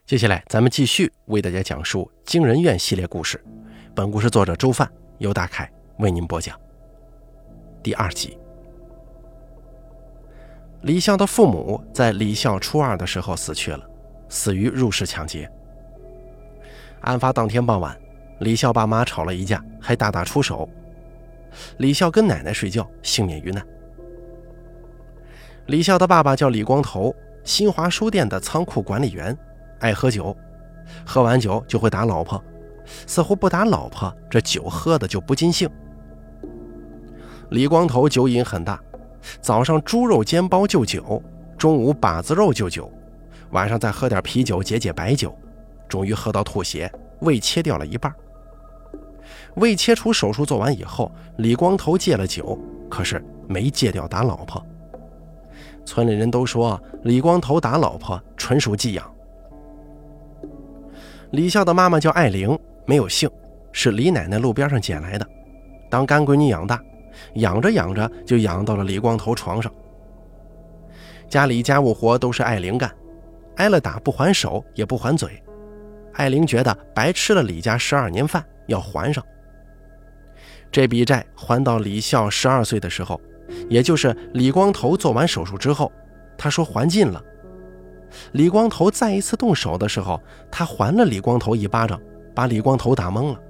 接下来咱们继续为大家讲述惊人院系列故事，本故事作者周范，由大凯为您播讲。第2集。李笑的父母在李笑初2的时候死去了，死于入室抢劫。案发当天傍晚，李笑爸妈吵了一架，还大打出手。李笑跟奶奶睡觉，幸免于难。李笑的爸爸叫李光头，新华书店的仓库管理员，爱喝酒，喝完酒就会打老婆，似乎不打老婆，这酒喝的就不尽兴。李光头酒瘾很大，早上猪肉煎包就酒，中午把子肉就酒，晚上再喝点啤酒解解白酒，终于喝到吐血，胃切掉了一半。胃切除手术做完以后，李光头戒了酒，可是没戒掉打老婆。村里人都说李光头打老婆纯属寄养。李笑的妈妈叫爱玲，没有姓，是李奶奶路边上捡来的，当干闺女养大，养着养着就养到了李光头床上。家里家务活都是爱玲干，挨了打不还手也不还嘴。爱玲觉得白吃了李家12年饭，要还上。这笔债还到李笑12岁的时候，也就是李光头做完手术之后，他说还尽了。李光头再一次动手的时候，他还了李光头一巴掌，把李光头打懵了。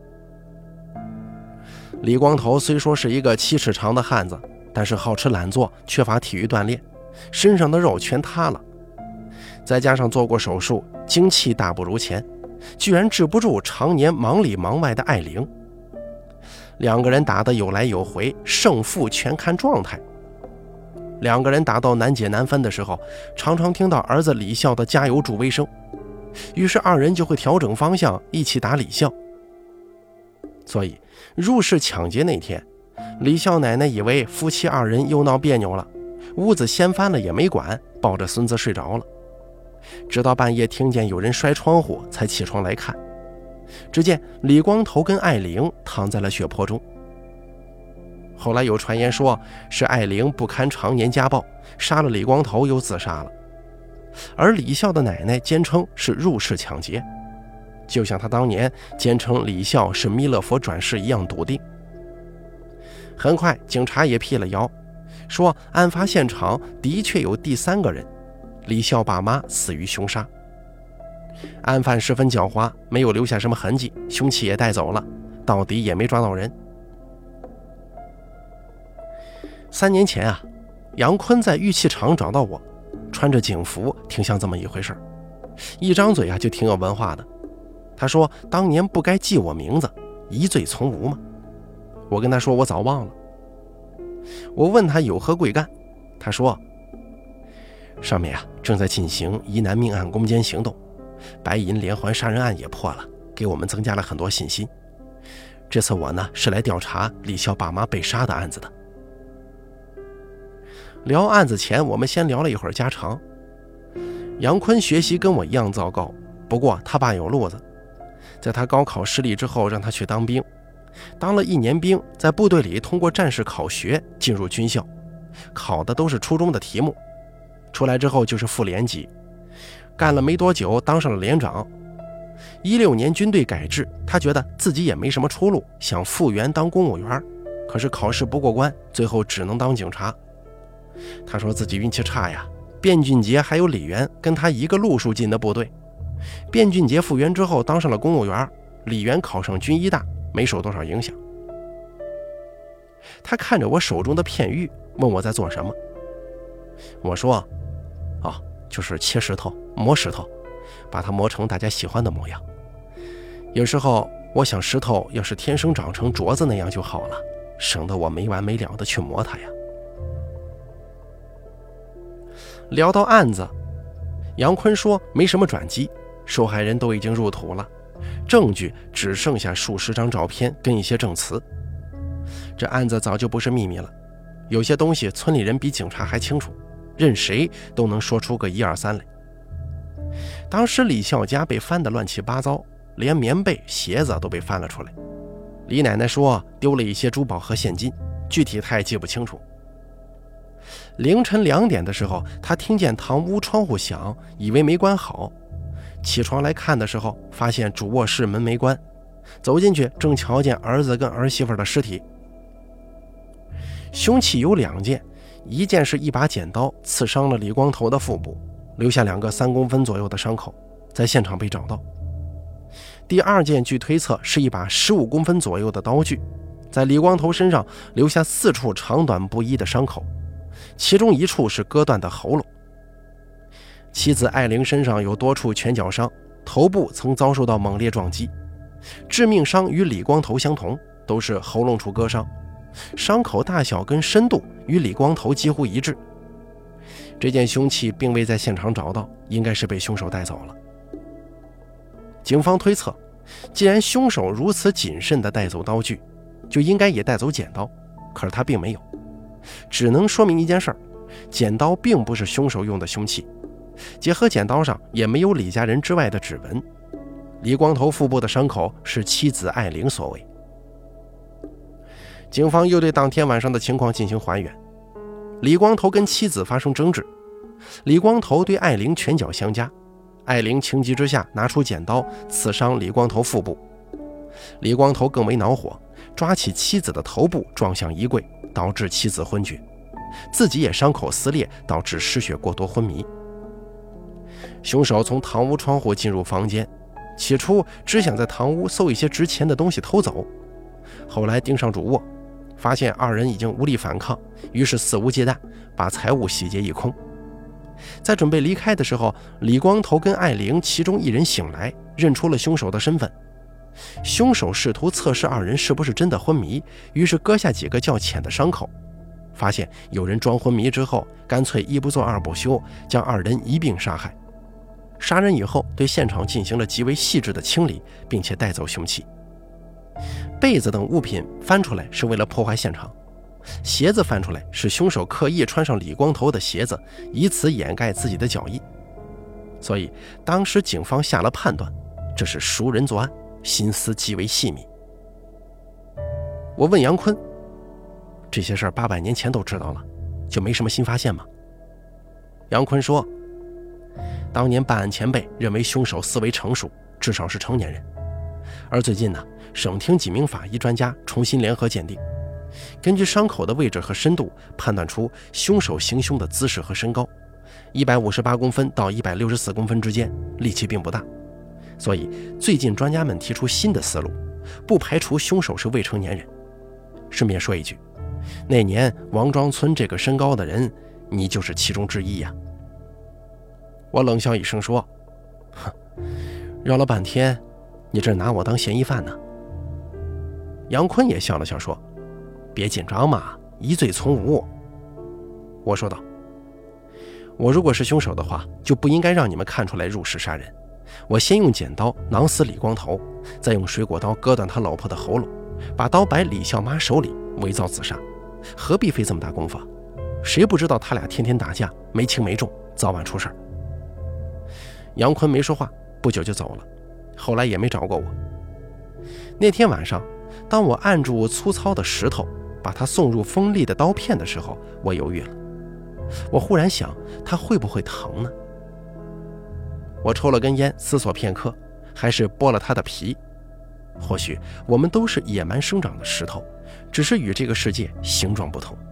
李光头虽说是一个7尺长的汉子，但是好吃懒做，缺乏体育锻炼，身上的肉全塌了，再加上做过手术，精气大不如前，居然治不住常年忙里忙外的爱玲。两个人打得有来有回，胜负全看状态。两个人打到难解难分的时候，常常听到儿子李笑的加油助威声，于是二人就会调整方向，一起打李笑。所以入室抢劫那天，李笑奶奶以为夫妻二人又闹别扭了，屋子掀翻了也没管，抱着孙子睡着了。直到半夜听见有人摔窗户，才起床来看，只见李光头跟爱玲躺在了血泊中。后来有传言说是爱玲不堪常年家暴，杀了李光头又自杀了，而李笑的奶奶坚称是入室抢劫，就像他当年坚称李笑是弥勒佛转世一样笃定。很快警察也辟了谣，说案发现场的确有第3个人，李笑爸妈死于凶杀。案犯十分狡猾，没有留下什么痕迹，凶器也带走了，到底也没抓到人。3年前啊，杨坤在玉器厂找到我，穿着警服，挺像这么一回事，一张嘴啊就挺有文化的。他说当年不该记我名字，疑罪从无嘛。我跟他说我早忘了。我问他有何贵干，他说上面啊正在进行疑难命案攻坚行动，白银连环杀人案也破了，给我们增加了很多信息。这次我呢是来调查李笑爸妈被杀的案子的。聊案子前，我们先聊了一会儿家常。杨坤学习跟我一样糟糕，不过他爸有路子，在他高考失利之后，让他去当兵，当了1年兵，在部队里通过战士考学进入军校，考的都是初中的题目，出来之后就是副连级，干了没多久当上了连长。16年军队改制，他觉得自己也没什么出路，想复员当公务员，可是考试不过关，最后只能当警察。他说自己运气差呀，卞俊杰还有李元跟他一个路数进的部队，卞俊杰复员之后当上了公务员，李元考上军医大，没受多少影响。他看着我手中的片玉，问我在做什么。我说就是切石头磨石头，把它磨成大家喜欢的模样。有时候我想石头要是天生长成镯子那样就好了，省得我没完没了的去磨它呀。聊到案子，杨坤说没什么转机，受害人都已经入土了，证据只剩下数十张照片跟一些证词。这案子早就不是秘密了，有些东西村里人比警察还清楚，任谁都能说出个1、2、3来。当时李笑家被翻得乱七八糟，连棉被鞋子都被翻了出来。李奶奶说丢了一些珠宝和现金，具体她也记不清楚。凌晨2点的时候，他听见堂屋窗户响，以为没关好， 起床来看的时候，发现主卧室门没关，走进去正瞧见儿子跟儿媳妇的尸体。凶器有2件，一件是一把剪刀刺伤了李光头的腹部，留下2个3公分左右的伤口，在现场被找到。第2件据推测是一把15公分左右的刀具，在李光头身上留下4处长短不一的伤口，其中1处是割断的喉咙。妻子艾玲身上有多处拳脚伤，头部曾遭受到猛烈撞击，致命伤与李光头相同，都是喉咙处割伤，伤口大小跟深度与李光头几乎一致。这件凶器并未在现场找到，应该是被凶手带走了。警方推测，既然凶手如此谨慎地带走刀具，就应该也带走剪刀，可是他并没有，只能说明一件事，剪刀并不是凶手用的凶器，结合剪刀上也没有李家人之外的指纹，李光头腹部的伤口是妻子艾玲所为。警方又对当天晚上的情况进行还原，李光头跟妻子发生争执，李光头对艾玲拳脚相加，艾玲情急之下拿出剪刀刺伤李光头腹部，李光头更为恼火，抓起妻子的头部撞向衣柜，导致妻子昏厥，自己也伤口撕裂，导致失血过多昏迷。凶手从堂屋窗户进入房间，起初只想在堂屋搜一些值钱的东西偷走，后来盯上主卧，发现2人已经无力反抗，于是肆无忌惮，把财物洗劫一空。在准备离开的时候，李光头跟艾玲其中1人醒来，认出了凶手的身份。凶手试图测试2人是不是真的昏迷，于是割下几个较浅的伤口，发现有人装昏迷之后，干脆一不做二不休，将2人一并杀害。杀人以后，对现场进行了极为细致的清理，并且带走凶器。被子等物品翻出来是为了破坏现场，鞋子翻出来是凶手刻意穿上李光头的鞋子，以此掩盖自己的脚印。所以当时警方下了判断，这是熟人作案，心思极为细密。我问杨坤，这些事儿800年前都知道了，就没什么新发现吗？杨坤说，当年办案前辈认为凶手思维成熟，至少是成年人。而最近呢，省厅几名法医专家重新联合鉴定，根据伤口的位置和深度，判断出凶手行凶的姿势和身高，158公分到164公分之间，力气并不大。所以最近专家们提出新的思路，不排除凶手是未成年人。顺便说一句，那年王庄村这个身高的人，你就是其中之一呀。我冷笑一声说，哼，绕了半天，你这拿我当嫌疑犯呢？杨坤也笑了笑说，别紧张嘛，疑罪从无。我说道，我如果是凶手的话，就不应该让你们看出来入室杀人。我先用剪刀囊死李光头，再用水果刀割断他老婆的喉咙，把刀摆李笑妈手里，伪造自杀，何必费这么大功夫？谁不知道他俩天天打架，没轻没重，早晚出事儿。杨坤没说话，不久就走了，后来也没找过我。那天晚上，当我按住粗糙的石头，把它送入锋利的刀片的时候，我犹豫了。我忽然想，它会不会疼呢？我抽了根烟，思索片刻，还是剥了它的皮。或许我们都是野蛮生长的石头，只是与这个世界形状不同。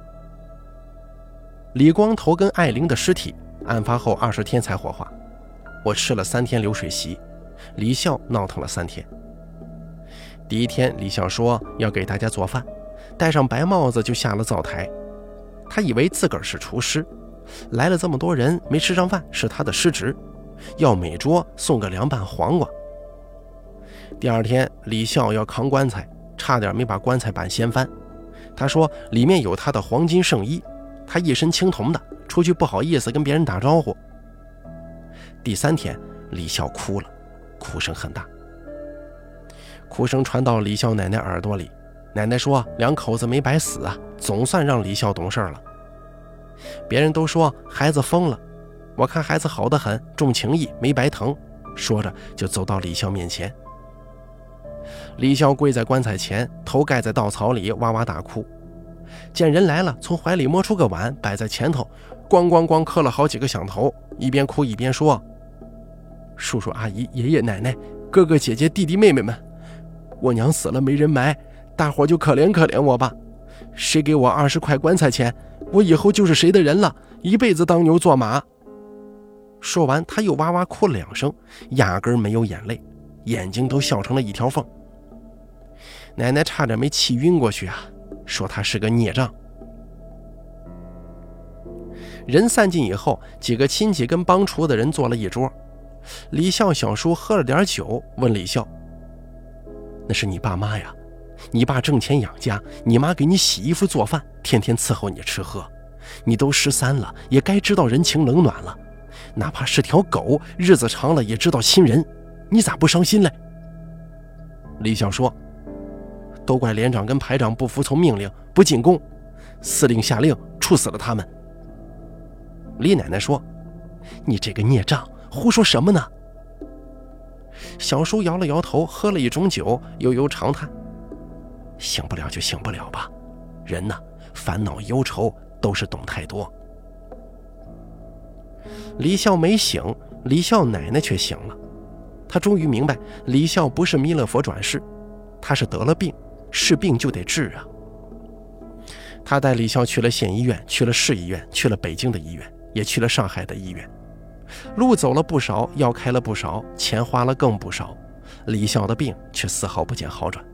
李光头跟艾玲的尸体案发后20天才火化，我吃了3天流水席，李笑闹腾了3天。第1天，李笑说要给大家做饭，戴上白帽子就下了灶台。他以为自个儿是厨师，来了这么多人没吃上饭是他的失职，要每桌送个凉拌黄瓜。第2天，李笑要扛棺材，差点没把棺材板掀翻。他说里面有他的黄金圣衣，他一身青铜的，出去不好意思跟别人打招呼。第3天，李笑哭了，哭声很大，哭声传到李笑奶奶耳朵里。奶奶说2口子没白死啊，总算让李笑懂事了。别人都说孩子疯了，我看孩子好得很，重情义，没白疼。说着就走到李笑面前。李笑跪在棺材前，头盖在稻草里，哇哇大哭。见人来了，从怀里摸出个碗摆在前头，咣咣咣磕了好几个响头，一边哭一边说， 叔叔阿姨、爷爷奶奶、哥哥姐姐、弟弟妹妹们，我娘死了没人埋，大伙就可怜可怜我吧。谁给我20块棺材钱，我以后就是谁的人了，一辈子当牛做马。说完，他又哇哇哭了2声，压根没有眼泪，眼睛都笑成了一条缝。奶奶差点没气晕过去啊，说他是个孽障。人散尽以后，几个亲戚跟帮厨的人坐了一桌。李笑小叔喝了点酒，问李笑：“那是你爸妈呀？你爸挣钱养家，你妈给你洗衣服做饭，天天伺候你吃喝。你都13了，也该知道人情冷暖了。哪怕是条狗，日子长了也知道亲人，你咋不伤心嘞？”李笑说：“都怪连长跟排长不服从命令，不进宫，司令下令处死了他们。”李奶奶说：“你这个孽障，胡说什么呢？”小叔摇了摇头，喝了一盅酒，悠悠长叹：“醒不了就醒不了吧，人呢，烦恼忧愁都是懂太多。”李笑没醒，李笑奶奶却醒了。她终于明白，李笑不是弥勒佛转世，他是得了病，是病就得治啊。他带李笑去了县医院，去了市医院，去了北京的医院，也去了上海的医院。路走了不少，药开了不少，钱花了更不少，李笑的病却丝毫不见好转。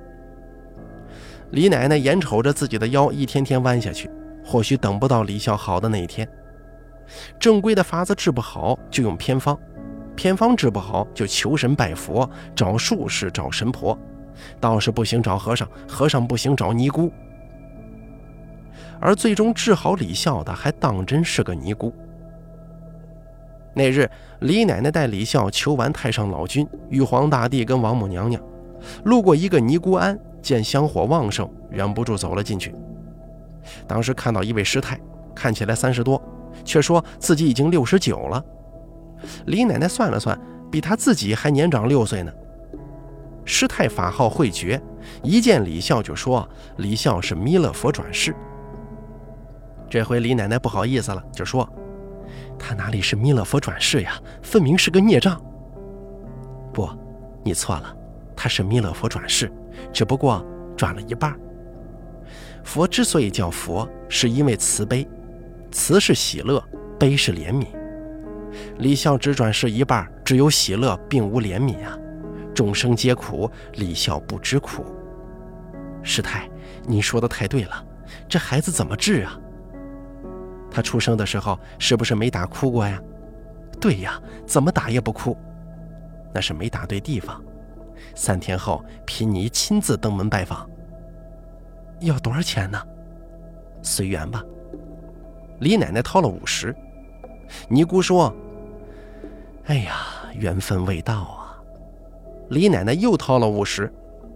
李奶奶眼瞅着自己的腰一天天弯下去，或许等不到李笑好的那一天。正规的法子治不好，就用偏方，偏方治不好，就求神拜佛，找术士，找神婆，道士不行找和尚，和尚不行找尼姑。而最终治好李笑的还当真是个尼姑。那日，李奶奶带李笑求完太上老君、玉皇大帝跟王母娘娘，路过一个尼姑庵，见香火旺盛，忍不住走了进去。当时看到一位师太，看起来30多，却说自己已经69了。李奶奶算了算，比她自己还年长6岁呢。师太法号慧觉，一见李笑就说李笑是弥勒佛转世。这回李奶奶不好意思了，就说：“他哪里是弥勒佛转世呀，分明是个孽障。”“不，你错了，他是弥勒佛转世，只不过转了一半。佛之所以叫佛，是因为慈悲，慈是喜乐，悲是怜悯。李笑只转世一半，只有喜乐，并无怜悯啊。众生皆苦，李笑不知苦。师太，您说的太对了，这孩子怎么治啊？他出生的时候是不是没打哭过呀？”“对呀，怎么打也不哭。”“那是没打对地方。3天后贫尼亲自登门拜访。”“要多少钱呢？”“随缘吧。”李奶奶掏了50。尼姑说：“哎呀，缘分未到啊。”李奶奶又掏了50。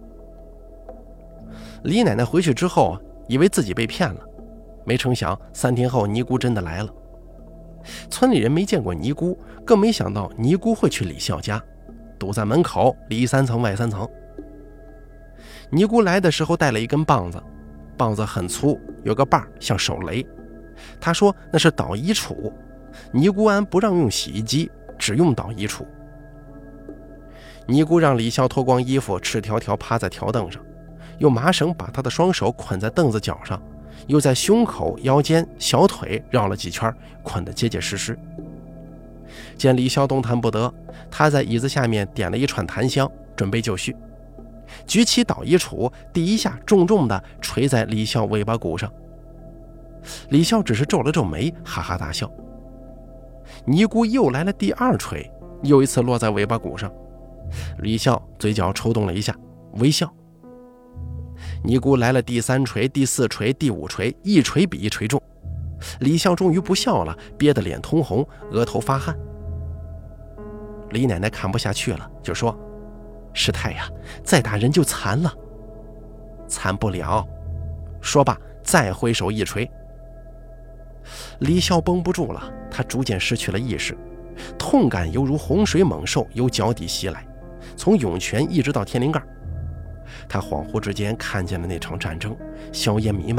李奶奶回去之后，以为自己被骗了，没成想3天后尼姑真的来了。村里人没见过尼姑，更没想到尼姑会去李笑家，堵在门口，里3层外3层。尼姑来的时候带了一根棒子，棒子很粗，有个把像手雷。她说那是捣衣杵，尼姑庵不让用洗衣机，只用捣衣杵。尼姑让李笑脱光衣服，赤条条趴在条凳上，用麻绳把他的双手捆在凳子脚上，又在胸口、腰间、小腿绕了几圈，捆得结结实实。见李笑动弹不得，他在椅子下面点了一串檀香，准备就绪。举起捣衣杵，第一下重重地捶在李笑尾巴骨上。李笑只是皱了皱眉，哈哈大笑。尼姑又来了第2锤，又一次落在尾巴骨上。李笑嘴角抽动了一下，微笑。尼姑来了第3锤、第4锤、第5锤，一锤比一锤重。李笑终于不笑了，憋得脸通红，额头发汗。李奶奶看不下去了，就说：“师太呀，再打人就残了。”“残不了。”说罢再挥手一锤。李笑绷不住了，他逐渐失去了意识，痛感犹如洪水猛兽由脚底袭来，从涌泉一直到天灵盖。他恍惚之间看见了那场战争，硝烟弥漫，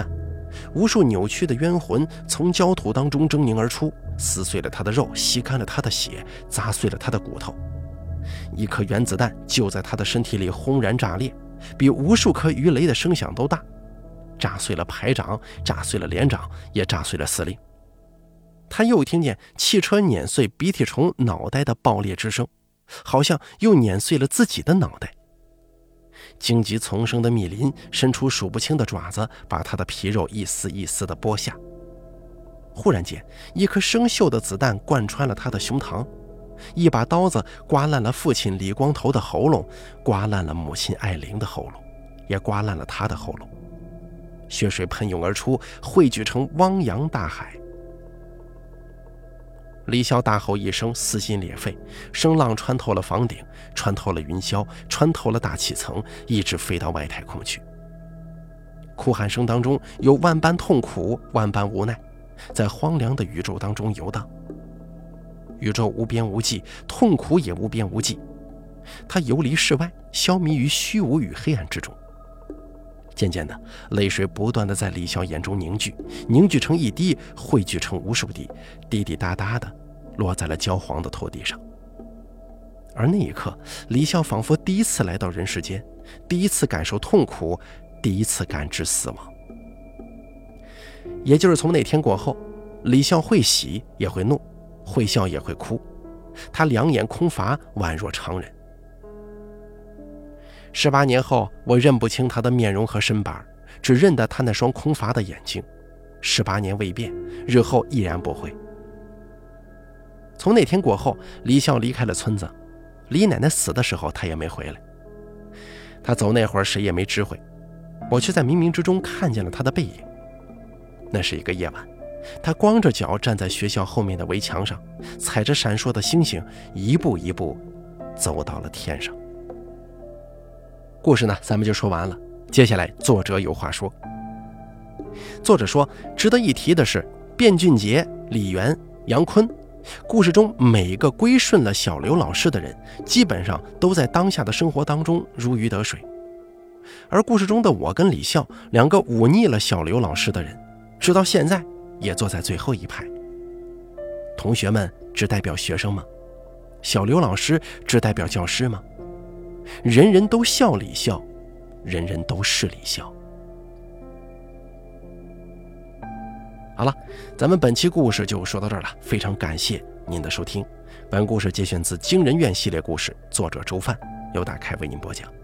无数扭曲的冤魂从焦土当中狰狞而出，撕碎了他的肉，吸干了他的血，砸碎了他的骨头。一颗原子弹就在他的身体里轰然炸裂，比无数颗鱼雷的声响都大，炸碎了排长，炸碎了连长，也炸碎了司令。他又听见汽车碾碎鼻涕虫脑袋的爆裂之声，好像又碾碎了自己的脑袋。荆棘丛生的密林伸出数不清的爪子，把他的皮肉一丝一丝地剥下。忽然间，一颗生锈的子弹贯穿了他的胸膛，一把刀子刮烂了父亲李光头的喉咙，刮烂了母亲艾玲的喉咙，也刮烂了他的喉咙。血水喷涌而出，汇聚成汪洋大海。李潇大吼一声，撕心裂肺，声浪穿透了房顶，穿透了云霄，穿透了大气层，一直飞到外太空去。哭喊声当中有万般痛苦，万般无奈，在荒凉的宇宙当中游荡。宇宙无边无际，痛苦也无边无际，它游离世外，消弭于虚无与黑暗之中。渐渐的，泪水不断地在李潇眼中凝聚，凝聚成一滴，汇聚成无数滴，滴滴答答的落在了焦黄的土地上。而那一刻，李潇仿佛第一次来到人世间，第一次感受痛苦，第一次感知死亡。也就是从那天过后，李潇会喜也会怒，会笑也会哭，他两眼空乏，宛若常人。18年后，我认不清他的面容和身板，只认得他那双空乏的眼睛。18年未变，日后依然不会。从那天过后，李潇离开了村子，李奶奶死的时候他也没回来。他走那会儿谁也没知会，我却在冥冥之中看见了他的背影。那是一个夜晚，他光着脚站在学校后面的围墙上，踩着闪烁的星星，一步一步走到了天上。故事呢，咱们就说完了。接下来作者有话说。作者说，值得一提的是，卞俊杰、李元、杨坤，故事中每个归顺了小刘老师的人，基本上都在当下的生活当中如鱼得水。而故事中的我跟李笑，两个忤逆了小刘老师的人，直到现在也坐在最后一排。同学们只代表学生吗？小刘老师只代表教师吗？人人都笑李笑，人人都是李笑。好了，咱们本期故事就说到这儿了，非常感谢您的收听。本故事节选自惊人院系列故事，作者周范，由大开为您播讲。